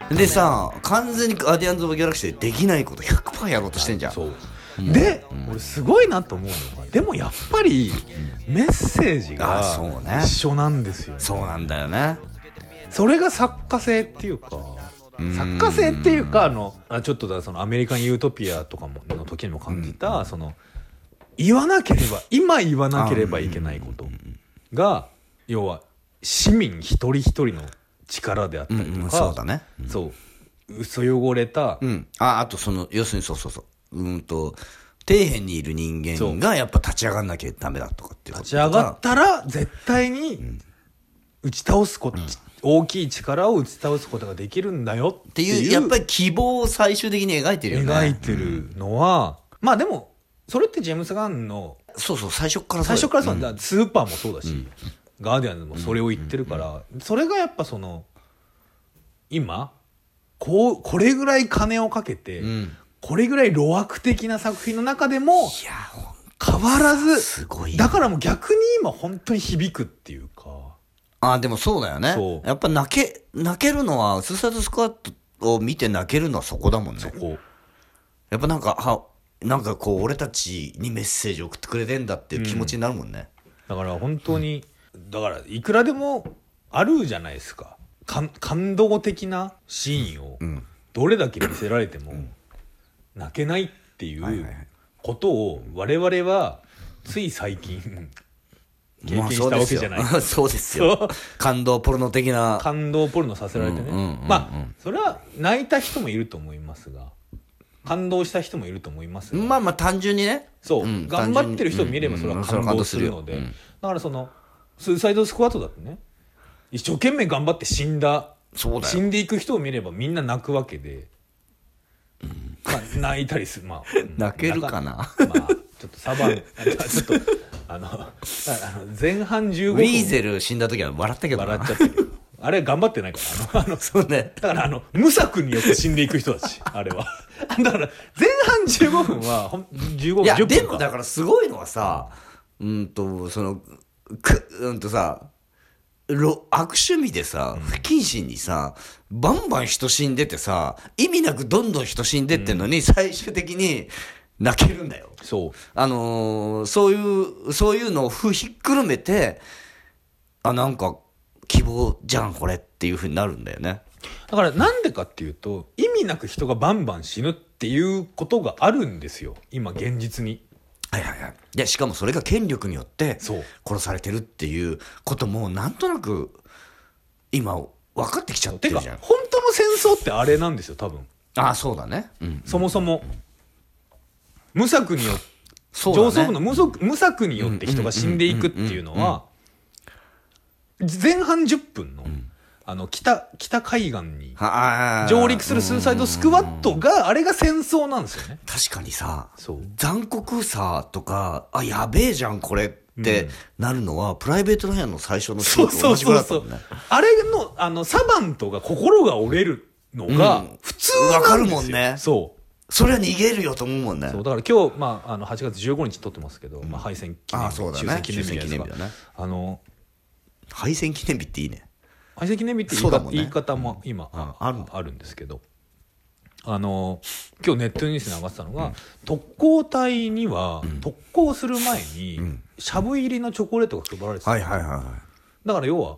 でさ、完全にガーディアンズ・オブ・ギャラクシーでできないこと 100% やろうとしてんじゃん。 そう、で、俺すごいなと思うのは、でもやっぱりメッセージが一緒なんですよ、ね、 そうなんだよね。 それが作家性っていうか、作家性っていうか、ちょっとだ、そのアメリカン・ユートピアとかもの時にも感じた、その今言わなければいけないことが、要は市民一人一人の力であったりとか、 そうだね、 そう薄汚れた、 あとその要するにそう底辺にいる人間がやっぱ立ち上がんなきゃダメだとかっていうこと、 立ち上がったら絶対に打ち倒すこと、大きい力を打ち倒すことができるんだよっていうやっぱり希望を最終的に描いてるよね。 描いてるのは、まあでもそれってジェームス・ガンのそう最初からそうだ、スーパーもそうだし、ガーディアンズもそれを言ってるから、それがやっぱその今これぐらい金をかけて、これぐらい路悪的な作品の中でも変わらず、 すごい、 だからもう逆に今本当に響くっていうか。 でもそうだよね。やっぱ泣けるのはスーサイドスクワットを見て泣けるのはそこだもんね。そこやっぱなんかこう俺たちにメッセージを送ってくれてんだっていう気持ちになるもんね、 だから本当に、だからいくらでもあるじゃないですか、感動的なシーンをどれだけ見せられても泣けないっていうことを我々はつい最近経験したわけじゃない、 そうですよ。感動ポルノ的な感動ポルノさせられてね、まあそれは泣いた人もいると思いますが、感動した人もいると思いますが、 まあ単純にね、 そう、頑張ってる人を見ればそれは感動するので、だからそのスーサイドスクワットだってね、一生懸命頑張って死んでいく人を見ればみんな泣くわけで、まあ、泣いたりする、 泣けるかな、 ちょっとサバンちょっと前半15分ウィーゼル死んだ時は笑ったけどな、 笑っちゃったけど、あれ頑張ってないからそうね、 だから無策によって死んでいく人たちあれはだから前半15分は15分10分か。 いやでもだからすごいのはさ、そのさ、悪趣味でさ、不謹慎にさ、バンバン人死んでてさ、意味なくどんどん人死んでってんのに、最終的に泣けるんだよ。そういうのをひっくるめて、なんか希望じゃんこれっていう風になるんだよね。 だからなんでかっていうと、意味なく人がバンバン死ぬっていうことがあるんですよ、今現実に。 でしかもそれが権力によって殺されてるっていうこともなんとなく今分かってきちゃってるじゃん。 本当の戦争ってあれなんですよ多分。 そうだね、 そもそも無策によって、上層部の無策によって人が死んでいくっていうのは、前半10分の北海岸に上陸するスーサイドスクワットが、あれが戦争なんですよね。 確かにさ、残酷さとか、やべえじゃんこれってなるのは、プライベート・ライアンの最初のシーンと同じぐらいだったもんね。 あれのサバントが心が折れるのが普通なんですよ。 わかるもんね。それは逃げるよと思うもんね。 だから今日、8月15日撮ってますけど、敗戦記念日、 終戦記念日だね。敗戦記念日っていいね。 敗戦記念日って言い方も今あるんですけど、今日ネットニュースに上がってたのが、特攻隊には特攻する前にしゃぶ入りのチョコレートが配られてた。だから要は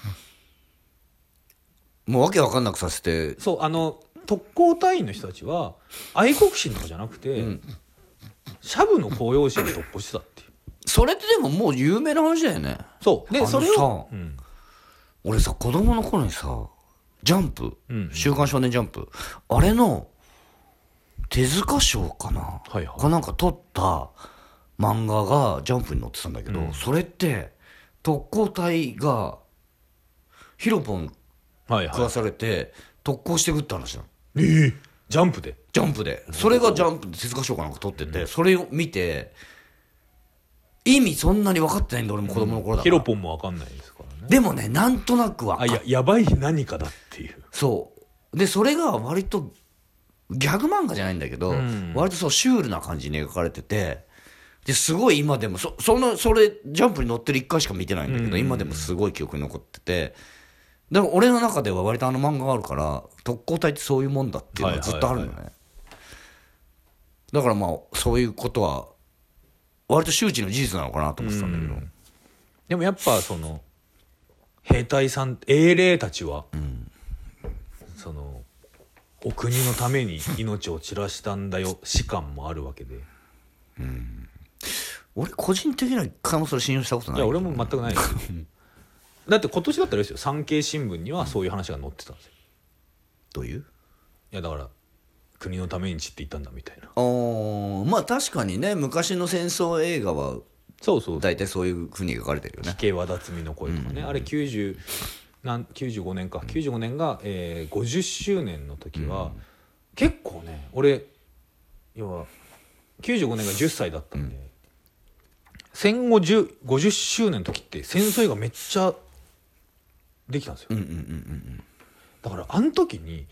もうわけわかんなくさせて、 特攻隊員の人たちは愛国心とかじゃなくて、シャブの公用心で特攻してたっていう。 それってでももう有名な話だよね。 でそれを俺さ、子供の頃にさ、ジャンプ、週刊少年ジャンプ、あれの手塚賞かな、かなんか撮った漫画がジャンプに載ってたんだけど、それって特攻隊がヒロポン食わされて特攻してくって話なの。 ジャンプでそれがジャンプで手塚賞かなんか撮ってて、それを見て意味そんなに分かってないんだ俺も子供の頃だから。 ヒロポンも分かんないですからね。 でもね、なんとなく分かやばい何かだっていう。 でそれが割とギャグ漫画じゃないんだけど、割とシュールな感じに描かれてて、ですごい今でもそれジャンプに載ってる1回しか見てないんだけど、今でもすごい記憶に残ってて、 だから俺の中では割とあの漫画があるから特攻隊ってそういうもんだっていうのがずっとあるのね、だからまあそういうことは割と周知の事実なのかなと思ってたんだけど、 でもやっぱその兵隊さん英霊たちは、そのお国のために命を散らしたんだよ士官もあるわけで、 俺個人的には一回もそれ信用したことない。 いや俺も全くないですよだって今年だったらですよ、産経新聞にはそういう話が載ってたんですよ。 どういう？ いやだから国のために散っていったんだみたいな。 まあ確かにね、昔の戦争映画はそうそう、 大体そういうふうに描かれてるよね。 奇形和脱みの声とかね、あれ95年か、95年が、50周年の時は、結構ね俺要は95年が10歳だったんで、戦後50周年の時って戦争映画めっちゃできたんですよ、だからあの時に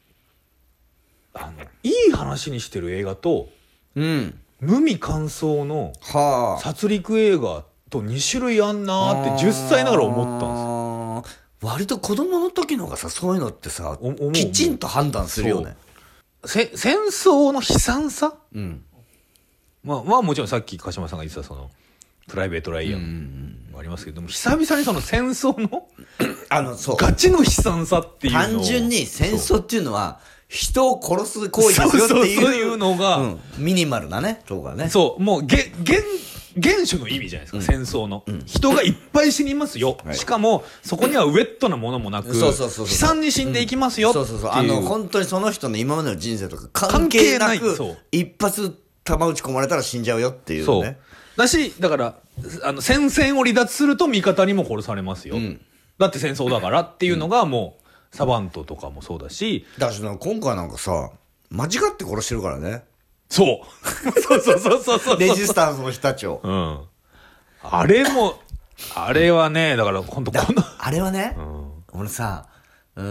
いい話にしてる映画と、無味乾燥の殺戮映画と2種類あんなーって10歳ながら思ったんですよ。 割と子供の時のがさ、そういうのってさきちんと判断するよね。 戦争の悲惨さ、まあもちろんさっき鹿島さんが言ってたそのプライベート・ライアンもありますけども、久々にその戦争のそうガチの悲惨さっていうのを、 単純に戦争っていうのは人を殺す行為ですよっていう、 そういうのが、 ミニマルなねとこがね、 そうもう原種の意味じゃないですか、戦争の、人がいっぱい死にますよ、しかもそこにはウェットなものもなく悲惨に死んでいきますよっていう、 本当にその人の今までの人生とか関係なく一発弾撃ち込まれたら死んじゃうよっていうね。 そうだし、だから戦線を離脱すると味方にも殺されますよ、だって戦争だからっていうのがもう、サバントとかもそうだし、 だから今回なんかさ間違って殺してるからね。 そうレジスタンスの人たちを、 あれはね、だから本当あれはね、俺さ要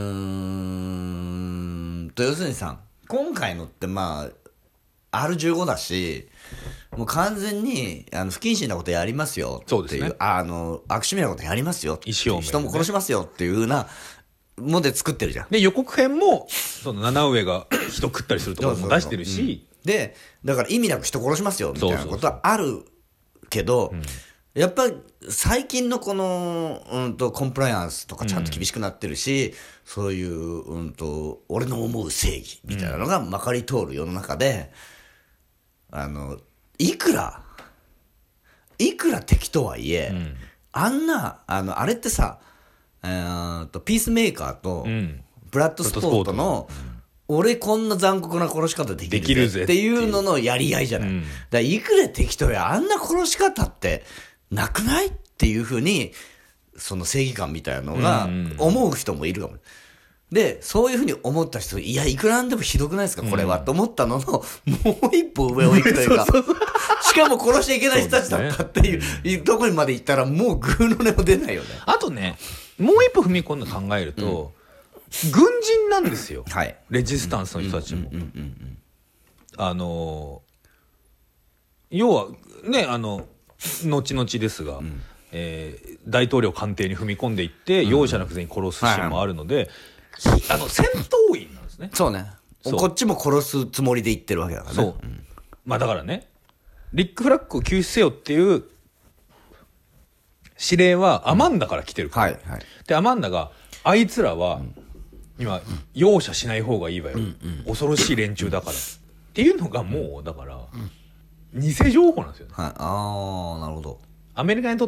するにさ、今回のってまあ R15 だし、もう完全に不謹慎なことやりますよっていう、 そうですね、 悪趣味なことやりますよっていう、 意思表明ね、 人も殺しますよっていう風なもで作ってるじゃん。 で予告編もその七上が人食ったりするところも出してるし、 でだから意味なく人殺しますよみたいなことはあるけど、やっぱり最近のこの、コンプライアンスとかちゃんと厳しくなってるし、そういう、俺の思う正義みたいなのがまかり通る世の中で、いくら敵とはいえ、あんなあれってさ、ピースメーカーとブラッドスポートの、俺こんな残酷な殺し方できるぜっていうののやり合いじゃない。だからいくら敵とやあんな殺し方ってなくないっていうふうに、その正義感みたいなのが思う人もいるかも。でそういうふうに思った人、いやいくらなんでもひどくないですかこれは、と思ったののもう一歩上を行くというかしかも殺しちゃいけない人たちだったっていうところにまで行ったらもうグーの音も出ないよね。 あとね、もう一歩踏み込んで考えると、軍人なんですよ、レジスタンスの人たちも。要はね、後々ですが、大統領官邸に踏み込んでいって容赦なく全員殺すシーンもあるので、戦闘員なんですね。 そうね、こっちも殺すつもりで言ってるわけだからね。そう、 まあだからね、リック・フラッグを救出せよっていう指令はアマンダから来てるから、でアマンダがあいつらは今容赦しない方がいいわよ、恐ろしい連中だからっていうのがもうだから偽情報なんですよね。 ああ、なるほど。 アメリカにとって、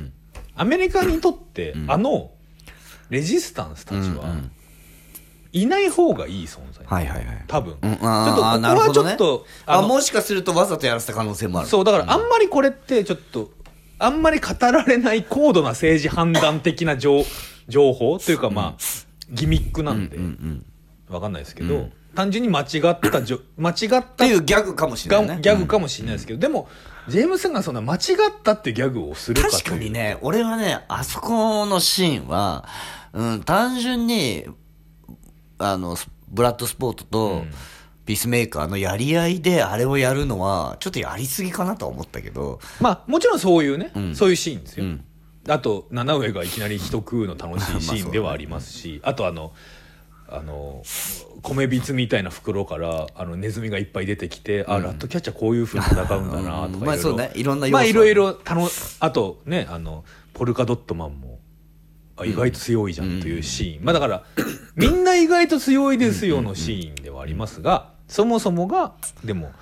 レジスタンスたちはいない方がいい存在、多分、ちょっとここはちょっともしかするとわざとやらせた可能性もある。 そうだからあんまりこれってちょっとあんまり語られない高度な政治判断的な情報というか、まあギミックなんで分かんないですけど、単純に間違ったっていうギャグかもしれないね。 ギャグかもしれないですけど、でもジェームスがそんな間違ったっていうギャグをするかという。 確かにね、俺はね、あそこのシーンは、単純にブラッドスポートとピースメーカーのやり合いであれをやるのはちょっとやりすぎかなとは思ったけど、 まあもちろんそういうね、そういうシーンですよ。 あと七上がいきなり人食うの楽しいシーンではありますし、あと米びつみたいな袋からネズミがいっぱい出てきて、ラッドキャッチャーこういう風に戦うんだなとか、 まあそうね、いろんな要素、 まあいろいろあとねポルカドットマンも意外と強いじゃんというシーン、まあだからみんな意外と強いですよのシーンではありますが、そもそもがでも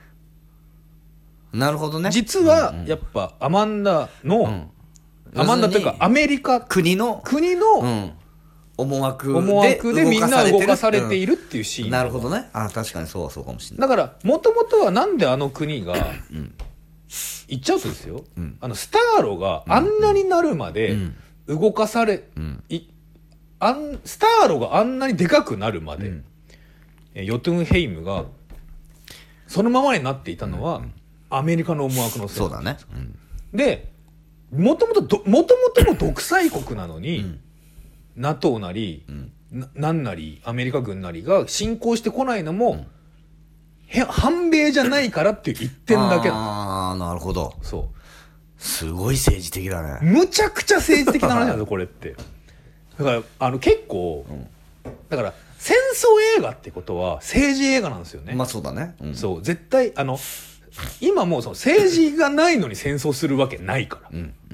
なるほどね、 実はやっぱアマンダの、アマンダというかアメリカ国の思惑でみんな動かされているっていうシーン、 なるほどね。確かにそうかもしれない。 だからもともとはなんで国が言っちゃうとですよ、スターロがあんなになるまで動かされ、スターロがあんなにでかくなるまで、ヨトゥンヘイムがそのままになっていたのは、アメリカの思惑のせい。 そうだね。 でもともとも独裁国なのに、NATO なり、なんなりアメリカ軍なりが侵攻してこないのも、反米じゃないからっていう一点だけなるほど。 そうすごい政治的だね。 むちゃくちゃ政治的な話なんですよこれって。だから結構、だから戦争映画ってことは政治映画なんですよね。 まあそうだね。 そう絶対今もうその政治がないのに戦争するわけないから。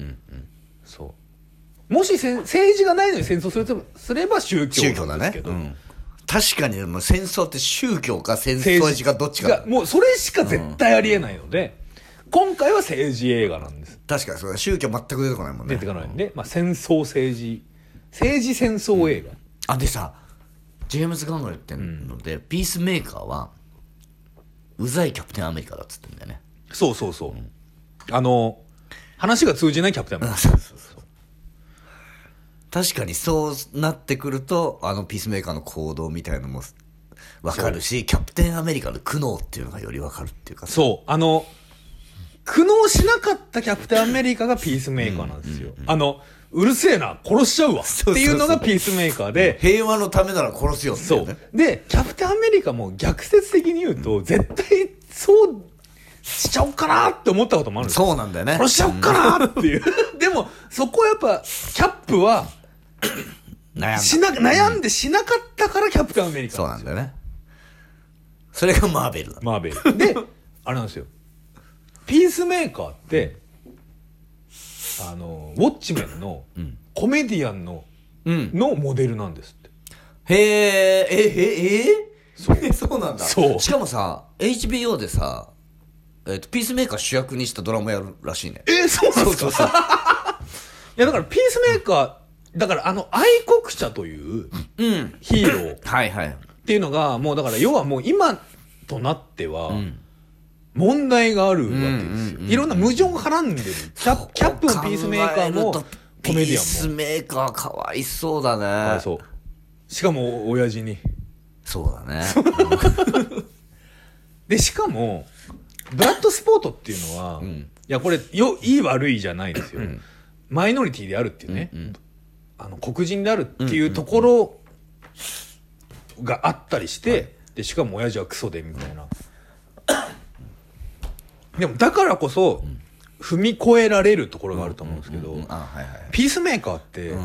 そうもし政治がないのに戦争すれば宗教なんですけど、 確かにもう戦争って宗教か政治かどっちかもうそれしか絶対ありえないので、今回は政治映画なんです。 確かにそうだ、宗教全く出てこないもんね。 出てこないんで、戦争政治戦争映画、 でさジェームズ・ガンが言ってるので、ピースメーカーはうざいキャプテンアメリカだっつってんだよね。 そう、話が通じないキャプテンアメリカ。 確かにそうなってくるとピースメーカーの行動みたいなのも分かるし、キャプテンアメリカの苦悩っていうのがより分かるっていうか、 そう苦悩しなかったキャプテンアメリカがピースメーカーなんですよ。うるせえな殺しちゃうわっていうのがピースメーカーで、 平和のためなら殺すよっていうね。 そうでキャプテンアメリカも逆説的に言うと、絶対そうしちゃおうかなって思ったこともあるんですよ。 そうなんだよね。 殺しちゃおうかなっていうでもそこはやっぱキャップは悩んでしなかったからキャプテンアメリカそうなんだよね。それがマーベルだ。 マーベルであれなんですよ、ピースメーカーってウォッチメンのコメディアンのモデルなんですって。 そうなんだ。 そうしかもさ HBO でさ、ピースメーカー主役にしたドラマやるらしいね。 そうなんですか。いやだからピースメーカーだから愛国者というヒーローっていうのがもうだから要はもう今となっては問題があるわけですよ。いろんな矛盾が絡んでる。キャップもピースメーカーもコメディアンも。 ピースメーカーかわいそうだね。 そうしかも親父に。 そうだね。 でしかもブラッドスポートっていうのは、いやこれいい悪いじゃないですよ、マイノリティであるっていうね、黒人であるっていうところがあったりして、でしかも親父はクソでみたいな。でもだからこそ踏み越えられるところがあると思うんですけど、ピースメーカーって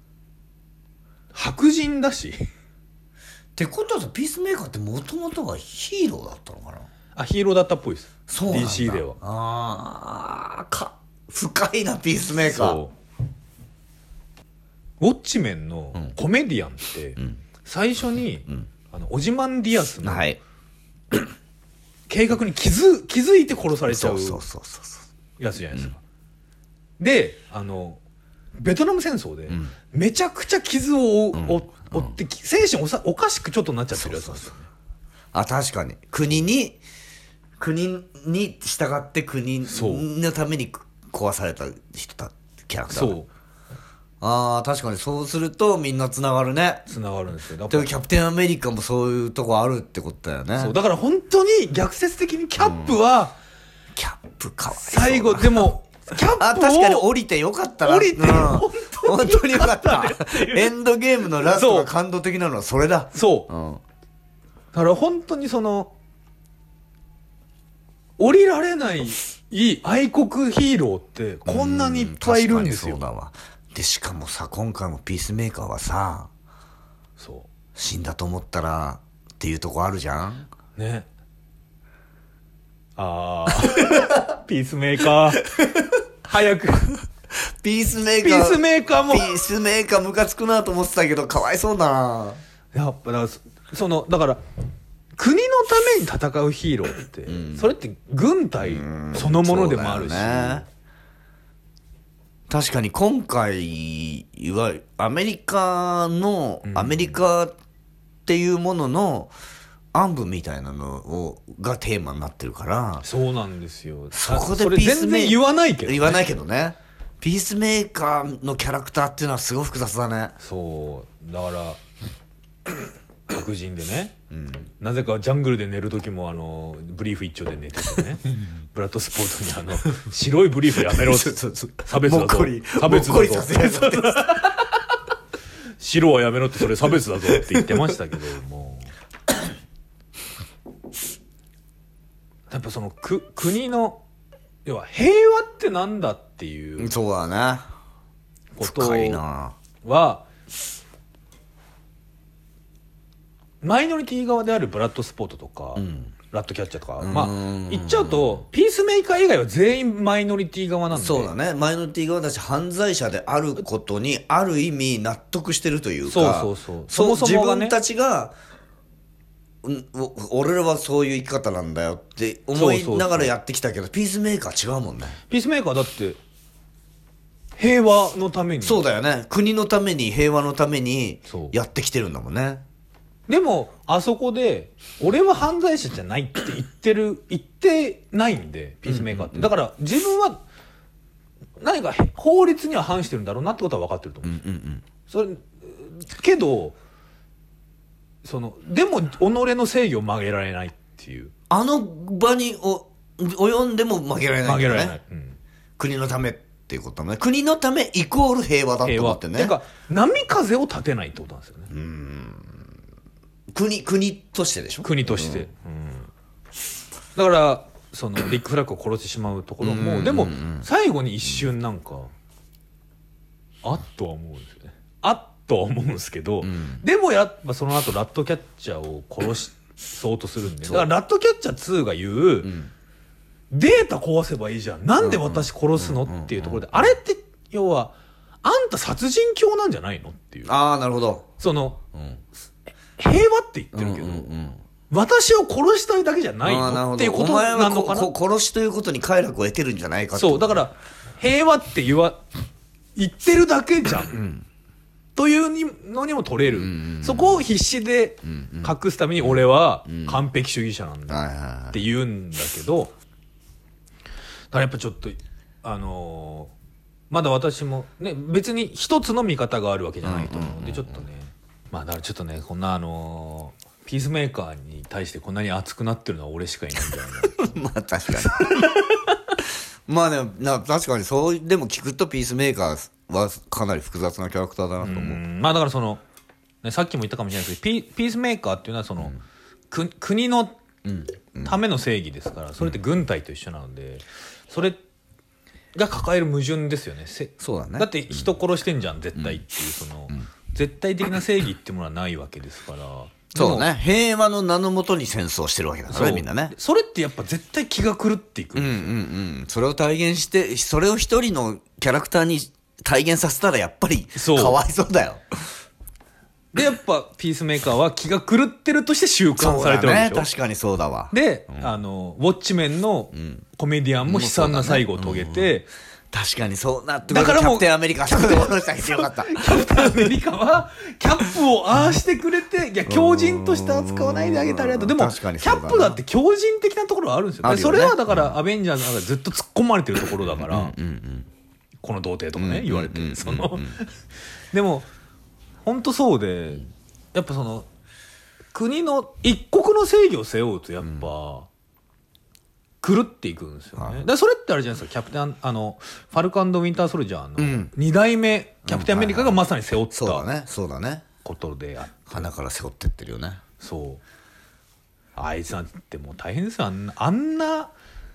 白人だしってことはさ、ピースメーカーってもともとはヒーローだったのかな。 ヒーローだったっぽいです。 そうなんだ。 DC では深いなピースメーカー。 ウォッチメンのコメディアンって、最初に、オジマンディアスの計画に気づいて殺されちゃうやつじゃないですか。でベトナム戦争でめちゃくちゃ傷を負って精神おかしくちょっとなっちゃってるやつなんですよね。 確かに国に従って国のために壊されたキャラクター。そう確かにそうするとみんなつながるね。 つながるんですよ。 でもキャプテンアメリカもそういうとこあるってことだよね。 そうだから本当に逆説的にキャップは、 キャップかわいそう。 最後でもキャップを確かに降りてよかったな。 降りて、本当によかった。エンドゲームのラストが感動的なのはそれだ。 そう、だから本当に降りられないいい愛国ヒーローってこんなにいっぱいいるんですよ。 確かにそうだわ。でしかもさ、今回もピースメーカーはさ、 そ死んだと思ったらっていうとこあるじゃんね。ピースメーカー早くピースメーカーピースメーカーもピースメーカームカつくなと思ってたけど、かわいそうだな。 やっぱだからだから国のために戦うヒーローって、それって軍隊そのものでもあるし、 ね、確かに今回はアメリカっていうものの暗部みたいなのがテーマになってるから、 そうなんですよ。 そこでそれ全然言わないけど、ね、 言わないけどね。ピースメーカーのキャラクターっていうのはすごい複雑だね。 そうだから白人でね、なぜかジャングルで寝る時もブリーフ一丁で寝ててねブラッドスポートに白いブリーフやめろって差別だぞ差別だぞ白はやめろってそれ差別だぞって言ってましたけどもやっぱその国の要は平和ってなんだっていうそうだね。 こと深いな。 はマイノリティ側であるブラッドスポートとか、ラッドキャッチャーとか、まあ言っちゃうとピースメーカー以外は全員マイノリティ側なんで。 そうだね。マイノリティ側だし犯罪者であることにある意味納得してるというか、 そうそもそもがね、 自分たちが俺らはそういう生き方なんだよって思いながらやってきたけど、ピースメーカー違うもんね。 ピースメーカーだって平和のために。 そうだよね。国のために平和のためにやってきてるんだもんね。 でもあそこで俺は犯罪者じゃないって言ってないんでピースメーカーって、だから自分は何か法律には反してるんだろうなってことは分かってると思うんですよ、それけどでも己の正義を曲げられないっていう、 あの場に及んでも曲げられないんだよね。 曲げられない、 国のためっていうことね。国のためイコール平和だと思ってね。 っていうか波風を立てないってことなんですよね。 国としてでしょ。 国として、だからリック・フラッグを殺してしまうところも、でも最後に一瞬なんか、あっとは思うんですよね。あっとは思うんですけど、でもやっぱその後ラッドキャッチャーを殺そうとするんで、だからラッドキャッチャー2が言う、データ壊せばいいじゃん、なんで私殺すのっていうところで、あれって要はあんた殺人狂なんじゃないのっていう。 ああなるほど。 平和って言ってるけど、私を殺したいだけじゃないのっていうことなのかな。 お前は殺しということに快楽を得てるんじゃないかって。 そうだから平和って言ってるだけじゃん、というのにも取れる、そこを必死で隠すために俺は完璧主義者なんだって言うんだけど、だからやっぱちょっとまだ私もね別に一つの見方があるわけじゃないと思うので、ちょっとねだからちょっとねこんなピースメーカーに対してこんなに熱くなってるのは俺しかいないんじゃないかまあ確かにまあね確かにそうでも聞くとピースメーカーはかなり複雑なキャラクターだなと思う。 まあだからね、さっきも言ったかもしれないけどピースメーカーっていうのは国のための正義ですから、それって軍隊と一緒なので、それが抱える矛盾ですよね。 そうだね。 だって人殺してんじゃん絶対っていう絶対的な正義ってものはないわけですから。 そうね。平和の名のもとに戦争してるわけだからね、みんなね。 それってやっぱ絶対気が狂っていくんですよ。 それを体現して、それを一人のキャラクターに体現させたらやっぱりかわいそうだよ。 でやっぱピースメーカーは気が狂ってるとして収監されてるわけでしょ。 確かにそうだわ。 で、ウォッチメンのコメディアンも悲惨な最後を遂げて、 確かにそうなってだからもうキャプテンアメリカキャプテン下ろしてあげてよかった。 キャプテンアメリカはキャップをああしてくれて、いや強靭として扱わないであげたらと。でもキャップだって強靭的なところはあるんですよ。それはだからアベンジャーズの中でずっと突っ込まれてるところだから、この童貞とかね言われて、でも本当そうで、やっぱ国の一国の正義を背負うとやっぱ狂っていくんですよね。だそれってあれじゃないですか、キャプテンファルコ&ウィンターソルジャーの2代目キャプテンアメリカがまさに背負ったそうだねことであって、 鼻から背負ってってるよね。 そうあいつなんてもう大変ですよ。あんな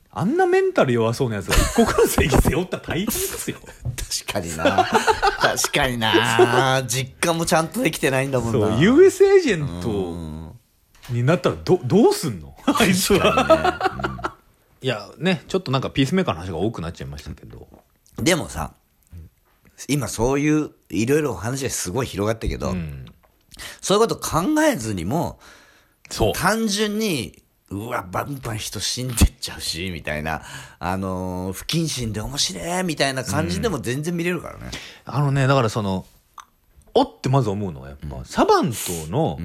あんなメンタル弱そうなやつが一国の正義背負ったら大変ですよ。 確かにな確かにな実家もちゃんとできてないんだもんな。 そう US エージェントになったらどうすんのあいつは、いやねちょっとなんかピースメーカーの話が多くなっちゃいましたけど、 でもさ今そういういろいろ話がすごい広がったけど、そういうこと考えずにもそう単純にうわバンバン人死んでっちゃうしみたいな不謹慎で面白いみたいな感じでも全然見れるからね、 だからそのおってまず思うのはやっぱ、サバントの、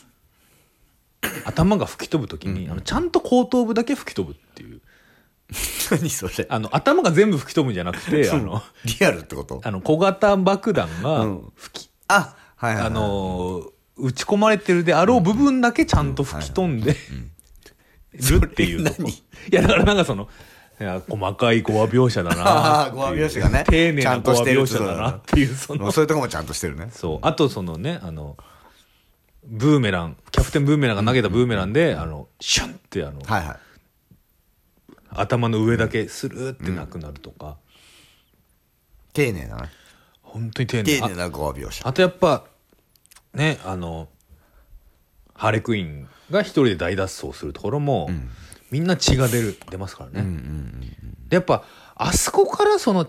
頭が吹き飛ぶときに、ちゃんと後頭部だけ吹き飛ぶっていう何それ頭が全部吹き飛ぶんじゃなくてリアルってこと小型爆弾がはいはいはい、 撃ち込まれてるであろう部分だけちゃんと吹き飛んで、るっていうとこ。いやだからなんかそのいや細かい語話描写だな語話描写がね丁寧な語話描写だなっていうそういうとこもちゃんとしてるね。 そうあとそのねブーメランキャプテンブーメランが投げたブーメランでシュンってはいはい、 頭の上だけスルーってなくなるとか、 丁寧だね本当に丁寧な語話描写。 あとやっぱねハーレクイーンが一人で大脱走するところも、みんな血が出ますからね、でやっぱあそこからその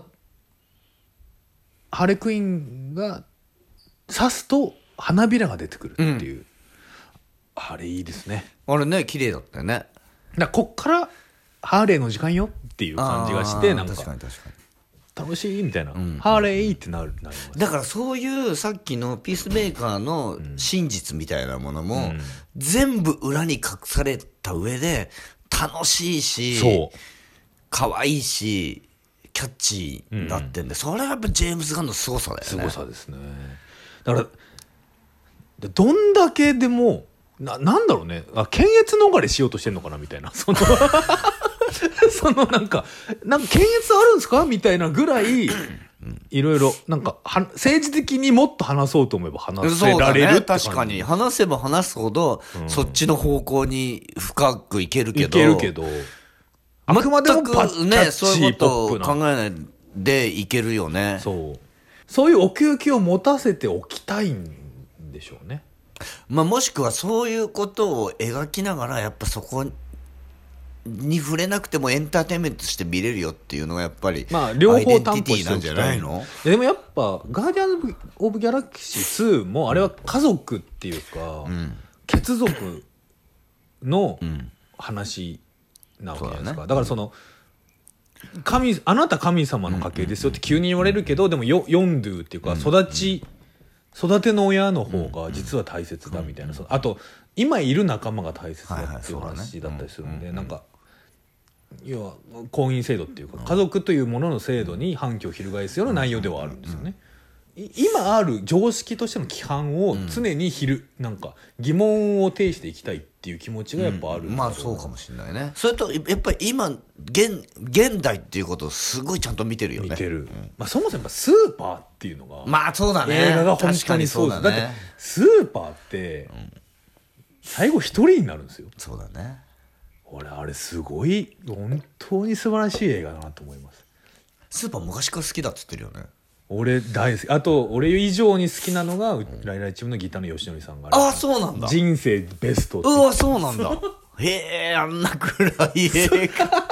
ハーレクイーンが刺すと花びらが出てくるっていう、あれいいですね。 あれね綺麗だったよね。 だこっからハーレーの時間よっていう感じがしてなんか確かに楽しいみたいな、ハーレーってなります。 だからそういうさっきのピースメーカーの真実みたいなものも、全部裏に隠された上で楽しいし可愛いしキャッチーになってんで、それはやっぱジェームズ・ガンの凄さだよね。 凄さですね。だからどんだけでもなんだろうね検閲逃れしようとしてんのかなみたいなそのなんか検閲あるんですかみたいなぐらいいろいろなんか政治的にもっと話そうと思えば話せられるって感じ。 確かに話せば話すほど、そっちの方向に深くいけるけどあくまでもパッチねそういうことを考えないでいけるよね。 そういう奥行きを持たせておきたいんでしょうね。 もしくはそういうことを描きながらやっぱそこに触れなくてもエンターテインメントとして見れるよっていうのがやっぱり両方担保してなんじゃないの。 でもやっぱガーディアンズ・オブ・ギャラクシー2もあれは家族っていうか、血族の話なわけじゃないですか。だからそのあなた神様の家系ですよって急に言われるけど、でもヨンドゥっていうか育ての親の方が実は大切だみたいな、あと今いる仲間が大切だっていう話だったりするんで、なんか要は婚姻制度っていうか家族というものの制度に反旗を翻すような内容ではあるんですよね。今ある常識としての規範を常になんか疑問を呈していきたいっていう気持ちがやっぱある、 そうかもしれないね。それとやっぱり今現代っていうことをすごいちゃんと見てるよね。 見てる、そもそもやっぱスーパーっていうのがそうだね、 映画が本当にそうだね。だってスーパーって最後一人になるんですよ。 そうだね。 俺あれすごい本当に素晴らしい映画だなと思います。 スーパー昔から好きだっつってるよね。 俺大好き。あと俺以上に好きなのがライライチームのギターの吉典さんがそうなんだ。 人生ベストってそうなんだへえあんなくらい映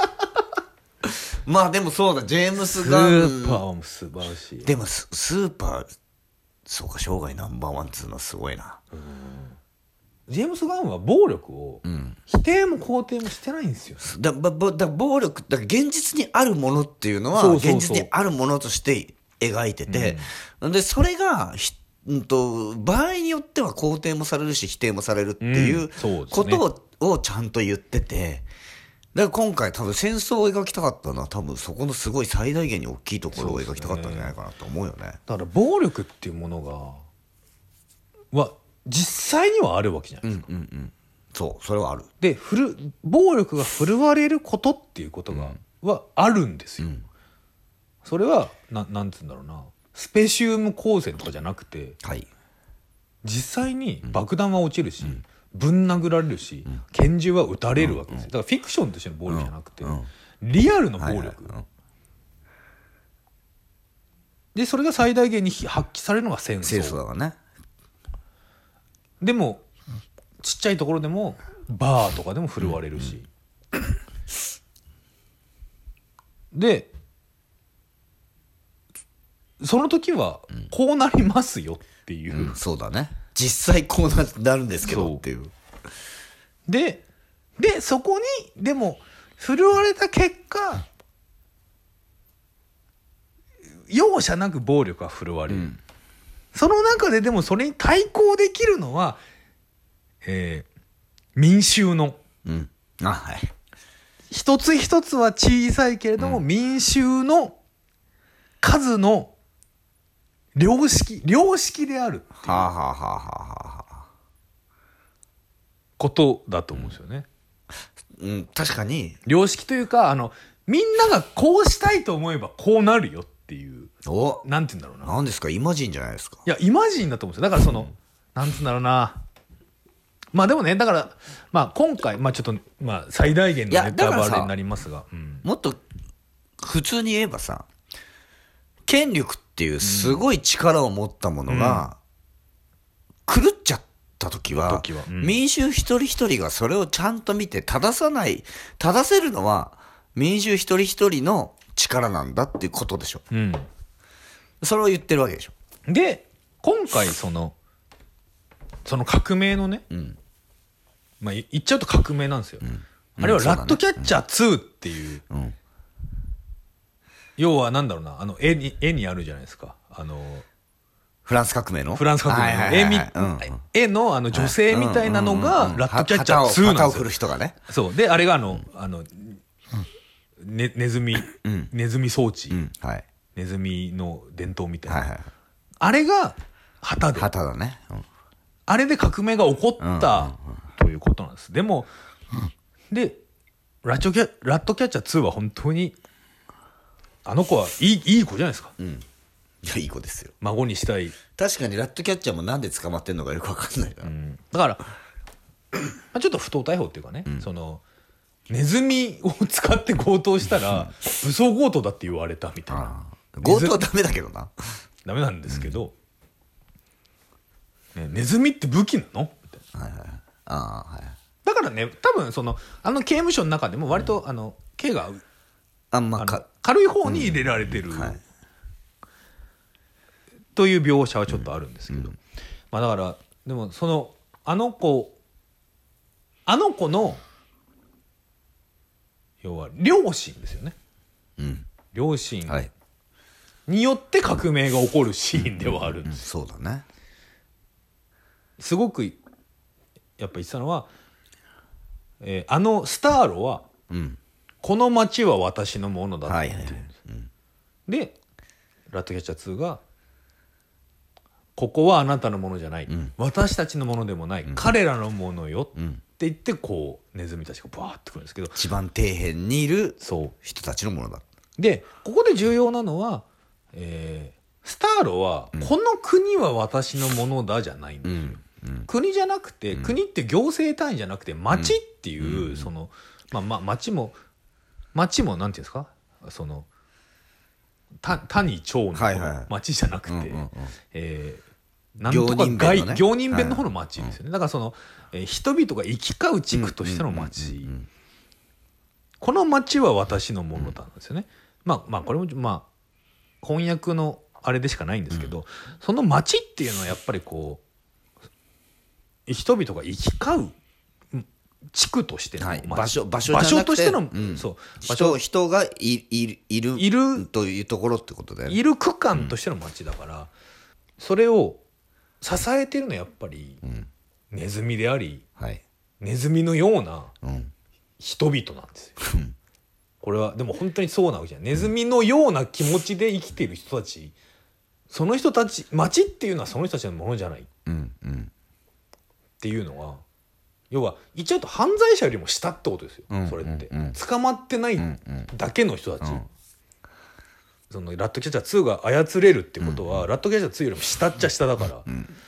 画でもそうだジェームス・ガンスーパーも素晴らしい。 でもスーパーそうか生涯ナンバーワンっつうのはすごいな。 ジェームス・ガンは暴力を否定も肯定もしてないんですよ。 暴力だから現実にあるものっていうのは現実にあるものとして描いてて、でそれが場合によっては肯定もされるし否定もされるっていうことをちゃんと言ってて、だから今回多分戦争を描きたかったのは多分そこのすごい最大限に大きいところを描きたかったんじゃないかなと思うよね。 だから暴力っていうものは実際にはあるわけじゃないですか。 それはある。 で暴力が振るわれることっていうことはあるんですよ。それはなんつうんだろうなスペシウム光線とかじゃなくて、実際に爆弾は落ちるし、ぶん殴られるし、拳銃は撃たれるわけですよ。だからフィクションとしての暴力じゃなくて、 リアルの暴力、 はいはい、 でそれが最大限に発揮されるのが戦争だからね。 でもちっちゃいところでもバーとかでも振るわれるし、でその時はこうなりますよっていう、 そうだね。実際こうなるんですけどっていう。 でそこにでも振るわれた結果容赦なく暴力が振るわれる、その中ででもそれに対抗できるのは、民衆の、 はい、 一つ一つは小さいけれども、民衆の数の良識であるっていうことだと思うんですよね。 確かに良識というかみんながこうしたいと思えばこうなるよっていう、なんて言うんだろうな。 何ですか、イマジンじゃないですか。 いやイマジンだと思うんですよ。だからその、なんて言うんだろうな。まあでもね、だからまあ今回ちょっと最大限のネタバレになりますが、 もっと普通に言えばさ、権力っていうすごい力を持ったものが狂っちゃった時は、民衆一人一人がそれをちゃんと見て正せるのは民衆一人一人の力なんだっていうことでしょ、それを言ってるわけでしょ。 で今回その革命のね、言っちゃうと革命なんですよ、あれはラッドキャッチャー2っていう、要はなんだろうな、絵にあるじゃないですか、 フランス革命の絵の女性みたいなのがラッドキャッチャー2なんですよ。 旗を振る人がね。 そうで、あれがネズミ装置、ネズミの伝統みたいな、あれが旗だね、 あれで革命が起こったということなんです。でもでラッドキャッチャー2は本当にあの子はいい子じゃないですか。 いや、いい子ですよ。 孫にしたい。 確かにラッドキャッチャーもなんで捕まってんのかよく分かんないから、 だからちょっと不当逮捕っていうかね、そのネズミを使って強盗したら武装強盗だって言われたみたいな。 強盗はダメだけどな。 ダメなんですけど、ネズミって武器なのみたいな。だからね、多分刑務所の中でも割と刑が軽い方に入れられてる、という描写はちょっとあるんですけど、だからでもあの子の要は良心ですよね、良心によって革命が起こるシーンではあるんです。 そうだね。 すごくやっぱ言ってたのは、スターロは、この街は私のものだって言うんです、でラッドキャッチャー2がここはあなたのものじゃない、私たちのものでもない、彼らのものよって言ってこうネズミたちがバーってくるんですけど、 一番底辺にいる人たちのものだ。 でここで重要なのは、スターロは、この国は私のものだじゃないんですよ、国じゃなくて、国って行政単位じゃなくて町っていう、町もなんていうんですか、谷町の町じゃなくて、なんとか行人弁の方の町ですよね。だから人々が行き交う地区としての町、この町は私のものだんですよね。これも翻訳のあれでしかないんですけど、その町っていうのはやっぱりこう人々が行き交う地区としての場所としての、 人がいるというところってことだよね。 いる区間としての町だから、それを支えてるのはやっぱりネズミであり、ネズミのような人々なんですよ、これはでも本当にそうなわけじゃない。ネズミのような気持ちで生きている人たち、その人たち、町っていうのはその人たちのものじゃない、っていうのは、要は言っちゃうと犯罪者よりも下ってことですよ、それって、捕まってないだけの人たち、そのラッドキャッチャー2が操れるってことは、ラッドキャッチャー2よりも下っちゃ下だから、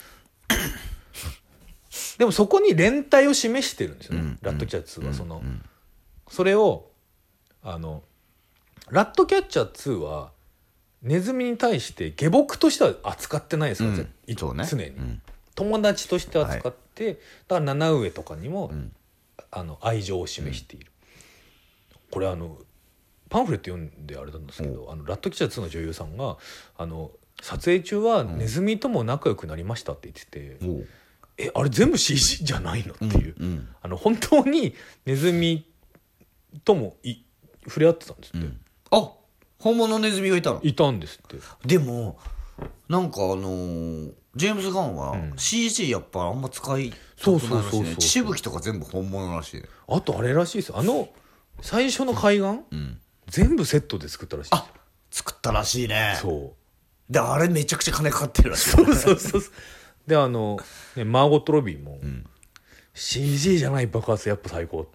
でもそこに連帯を示してるんですよね、ラッドキャッチャー2は。それをラットキャッチャー2はネズミに対して下僕としては扱ってないですから、 そうね、 常に、友達として扱って、だから七上とかにも、愛情を示している。これパンフレット読んであれなんですけど、ラットキャッチャー2の女優さんが撮影中はネズミとも仲良くなりましたって言ってて、あれ全部 CG じゃないのっていう、本当にネズミとも触れ合ってたんですって、 あ、本物のネズミがいたの？ いたんですって。 でもなんかジェームズ・ガンは CG やっぱあんま使いたくないらしいね。血しぶきとか全部本物らしいね。 あとあれらしいですよ、最初の海岸、全部セットで作ったらしいですよ。 作ったらしいね。 そうであれめちゃくちゃ金かかってるらしい。 そうでマーゴット・ロビーも、CG じゃない爆発やっぱ最高って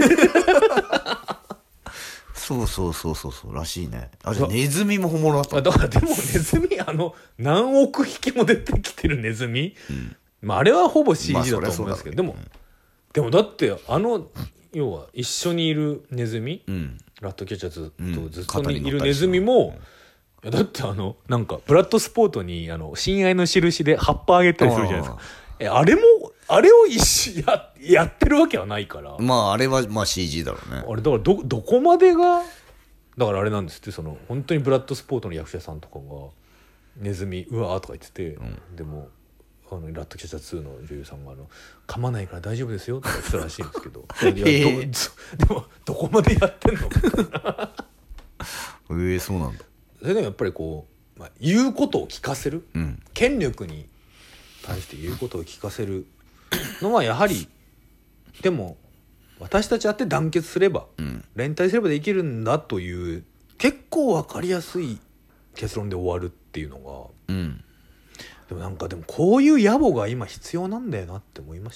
そうらしいね。じゃあネズミも本物だった。 だからでもネズミ何億匹も出てきてるネズミ、あれはほぼ CG だと思いますけど、でもだって要は一緒にいるネズミ、ラットキャッチャーとずっといるネズミも、だってなんかブラッドスポートに親愛の印で葉っぱあげたりするじゃないですか。あれをやってるわけはないから。 あれはCG だろうね。 あれだからどこまでがだからあれなんですって、本当にブラッドスポートの役者さんとかがネズミうわーとか言ってて、でもラットキャッチャー2の女優さんが噛まないから大丈夫ですよとか言ってたらしいんですけどでもどこまでやってんのみたいなそうなんだ。 それでもやっぱり言うことを聞かせる、権力に対して言うことを聞かせるのはやはりでも私たちだって団結すれば、連帯すればできるんだという結構分かりやすい結論で終わるっていうのが、でもこういう野暮が今必要なんだよなって思いました。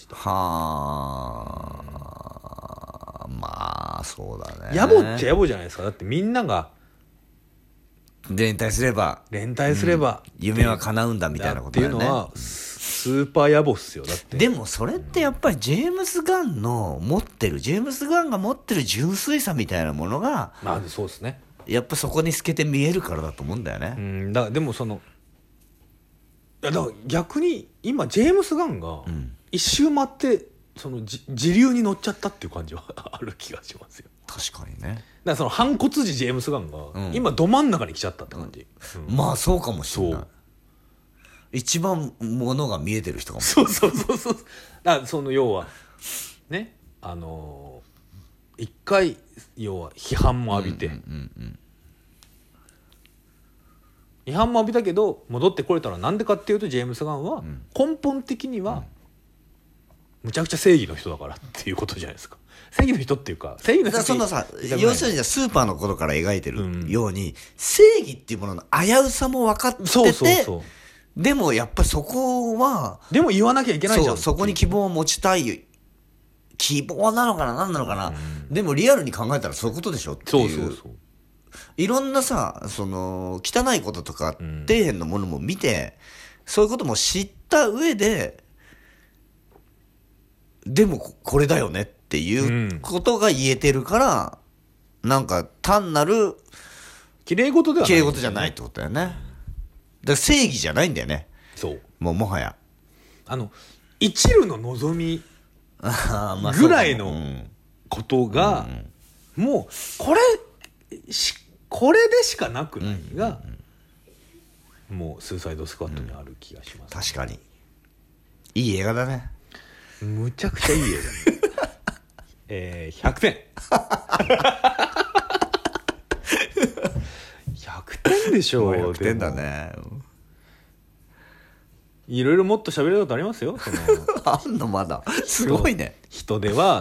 そうだね。 野暮っちゃ野暮じゃないですか。だってみんなが連帯すれば、夢は叶うんだみたいなことだよね。 っていうのはスーパー野暮っすよ。だってでもそれってやっぱりジェームズ・ガンが持ってる純粋さみたいなものが、 そうですね。 やっぱそこに透けて見えるからだと思うんだよね。 でもだから逆に今ジェームス・ガンが一周回って時流に乗っちゃったっていう感じはある気がしますよ。 確かにね。 だから反骨児ジェームス・ガンが今ど真ん中に来ちゃったって感じ、 そうかもしれない。一番ものが見えてる人かも。 そうだから要はね一回要は批判も浴びて、批判も浴びたけど戻ってこれたらなんでかっていうとジェームス・ガンは根本的にはむちゃくちゃ正義の人だからっていうことじゃないですか。正義の人っていうか正義の人って要するにスーパーのことから描いてるように、正義っていうものの危うさも分かってて、でもやっぱりそこはでも言わなきゃいけないじゃん。 そこに希望を持ちたい、希望なのかな何なのかな、でもリアルに考えたらそういうことでしょっていう。いろんなさ汚いこととか底辺のものも見て、そういうことも知った上で、でもこれだよねっていうことが言えてるから、なんか単なる綺麗事ではない、 綺麗事じゃないってことだよね。だから正義じゃないんだよね。もはや一縷の望みぐらいのことがもうこれでしかなくないが、もうスーサイドスクワットにある気がします、 確かにいい映画だね。 むちゃくちゃいい映画100点100点でしょう。 100点だね。 いろいろもっと喋ることありますよ。 あんのまだすごいね。 人では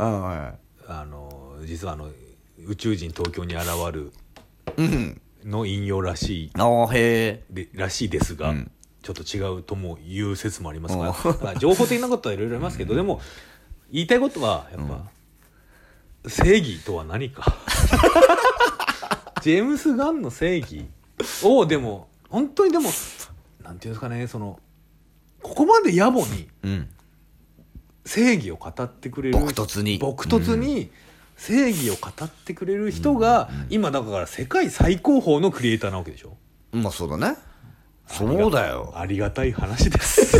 実は宇宙人東京に現るの引用らしいですが、ちょっと違うとも言う説もありますから、情報的なことはいろいろありますけど、でも言いたいことはやっぱ、正義とは何かジェームス・ガンの正義をでも本当にでもなんていうんですかね、ここまで野暮に正義を語ってくれる、 朴突に正義を語ってくれる人が、今だから世界最高峰のクリエイターなわけでしょ。 まあそうだね。そうだよ。 ありがたい話です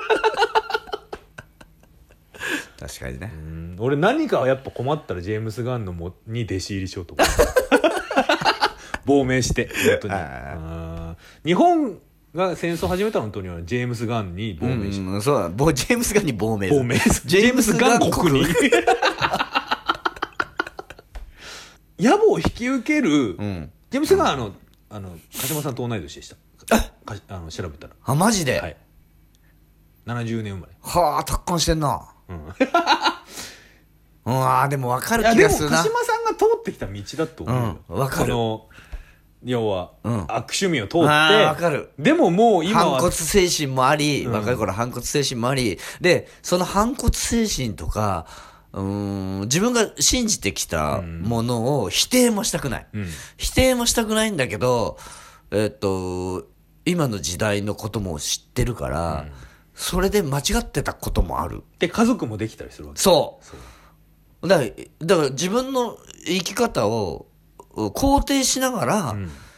確かにね。 俺何かやっぱ困ったらジェームス・ガンのに弟子入りしようと思う亡命して本当に日本が戦争始めたの本当にはジェームス・ガンに亡命して、 そうだ、ジェームス・ガンに亡命ジェームス・ガン国に野暮を引き受ける、ジェームス・ガン鹿島さんと同い年でした調べたら。 あ、マジで、 はい、70年生まれ。 はあ、達観してんな。でも分かる気がするな。 でも鹿島さんが通ってきた道だと思うよ。 分かる。 要は、悪趣味を通って、 分かる。 でももう今は反骨精神もあり、若い頃反骨精神もあり、でその反骨精神とか、自分が信じてきたものを否定もしたくない、否定もしたくないんだけど、今の時代のことも知ってるから、それで間違ってたこともある。 で家族もできたりするわけ。 そうだから自分の生き方を肯定しながら、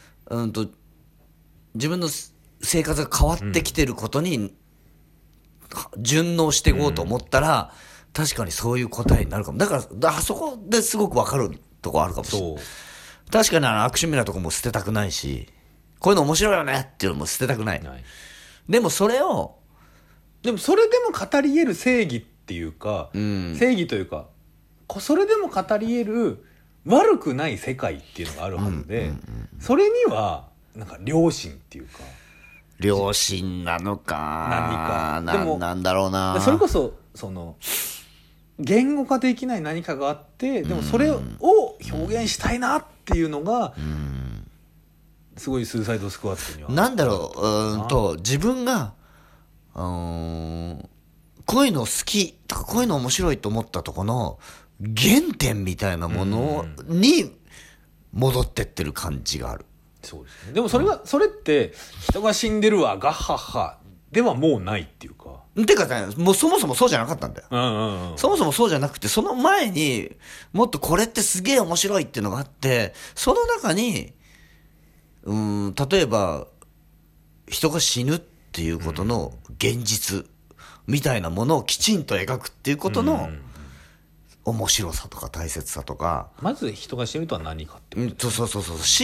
自分の生活が変わってきてることに順応していこうと思ったら、確かにそういう答えになるかも。だからそこですごく分かるとこあるかもしれない。確かに悪趣味なとこも捨てたくないし、こういうの面白いよねっていうのも捨てたくない。でもそれでも語り得る正義っていうか、正義というかそれでも語り得る悪くない世界っていうのがあるはずで、それにはなんか良心っていうか、 良心なのか何かでもなんだろうな。 それこそその言語化できない何かがあって、でもそれを表現したいなっていうのが、すごいスーサイドスクワットにはなんだろう、自分がこういうの好きとかこういうの面白いと思ったとこの原点みたいなものに戻ってってる感じがある。 そうですね。でもそれって人が死んでるわガッハッハではもうないっていうか。 てかね、もうそもそもそうじゃなかったんだよ。そもそもそうじゃなくて、その前にもっとこれってすげえ面白いっていうのがあって、その中に例えば人が死ぬっていうことの現実みたいなものをきちんと描くっていうことの面白さとか大切さとか。 まず人が死ぬとは何かってこと、 そう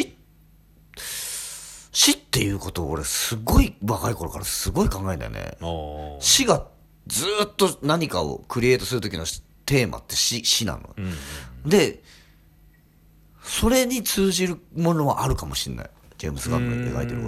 死っていうことを俺すごい若い頃からすごい考えんだよね。死がずっと何かをクリエイトする時のテーマって死なの、でそれに通じるものはあるかもしれない。ジェームス・ガンが描いてること、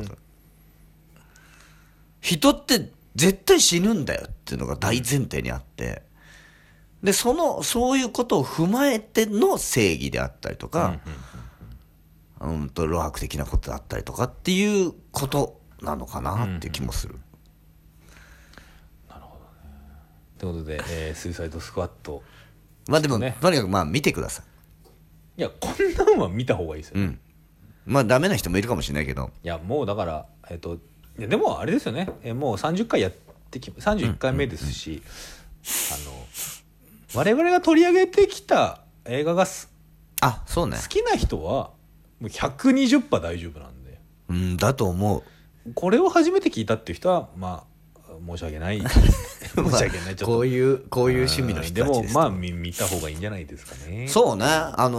人って絶対死ぬんだよっていうのが大前提にあって、でそういうことを踏まえての正義であったりとか、露悪的なことだったりとかっていうことなのかなっていう気もする。 なるほどね。ということで、スーサイドスクワット、 まあでも、とにかく見てください。いやこんなんは見た方がいいですよね。 まあダメな人もいるかもしれないけど、 いやもうだからいやでもあれですよね。もう30回やって31回目ですし、我々が取り上げてきた映画がそうね、 好きな人はもう 120% 大丈夫なんで。 だと思う。 これを初めて聞いたっていう人は申し訳ない申し訳ない、ちょっとこういう趣味の人たちです。 でも見た方がいいんじゃないですかね。 そうね、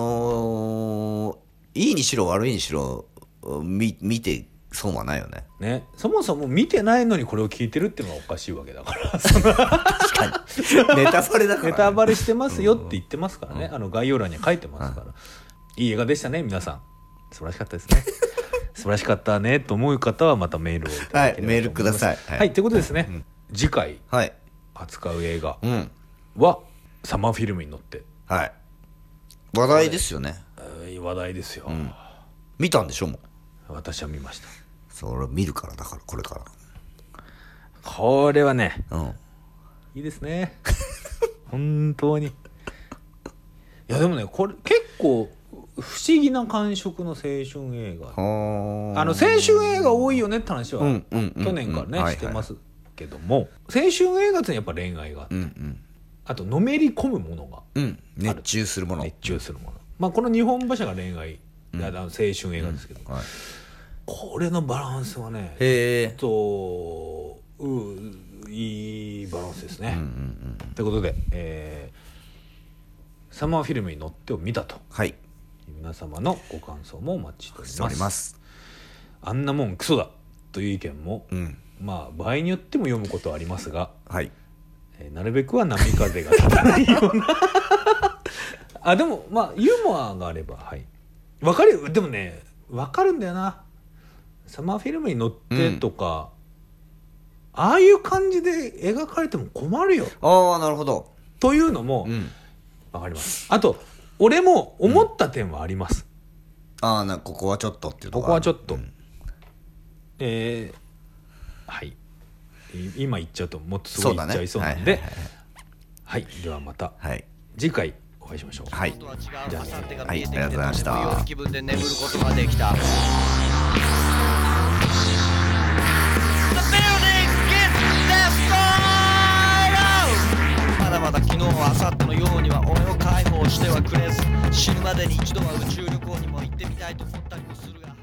いいにしろ悪いにしろ見て損はないよね。 そもそも見てないのにこれを聞いてるっていうのがおかしいわけだから確かにネタバレだから、 ネタバレしてますよって言ってますからね。概要欄に書いてますから、いい映画でしたね皆さん、素晴らしかったですね素晴らしかったねと思う方はまたメールをいただければと思います。 メールください。 はい、ということですね、次回扱う映画はサマーフィルムに乗って、 話題ですよね。 話題ですよ、 見たんでしょ。もう私は見ました。 それ見るから、だからこれからこれはね、いいですね本当に。いやでもね、これ結構不思議な感触の青春映画。青春映画多いよねって話は去年からねしてますけども、青春映画ってやっぱ恋愛があって、 あとのめり込むものが熱中するもの。 熱中するもの、まあ、この2本柱が恋愛、青春映画ですけど、 はい、 これのバランスはねいいバランスですね、ということで、サマーフィルムに乗ってを見たと、 はい、 皆様のご感想もお待ちしております。 ます。 あんなもんクソだという意見も、まあ場合によっても読むことはありますが、 はい、 なるべくは波風が立たないようなあ、でもまあユーモアがあれば、はい、分かる。でもね分かるんだよな、サマーフィルムに乗ってとか、ああいう感じで描かれても困るよああ、なるほど。 というのも分かります。あと俺も思った点はあります、 ああ、ここはちょっとっていうとここはちょっと、はい、今言っちゃうともっとすごい言っちゃいそうなんで、はい、ではまた次回お会いしましょう。 はい、 じゃあね、 はい、ありがとうございました。 気分で眠ることができた。まだまだ昨日は明後日のようには俺を解放してはくれず、死ぬまでに一度は宇宙旅行にも行ってみたいと思ったりもするが。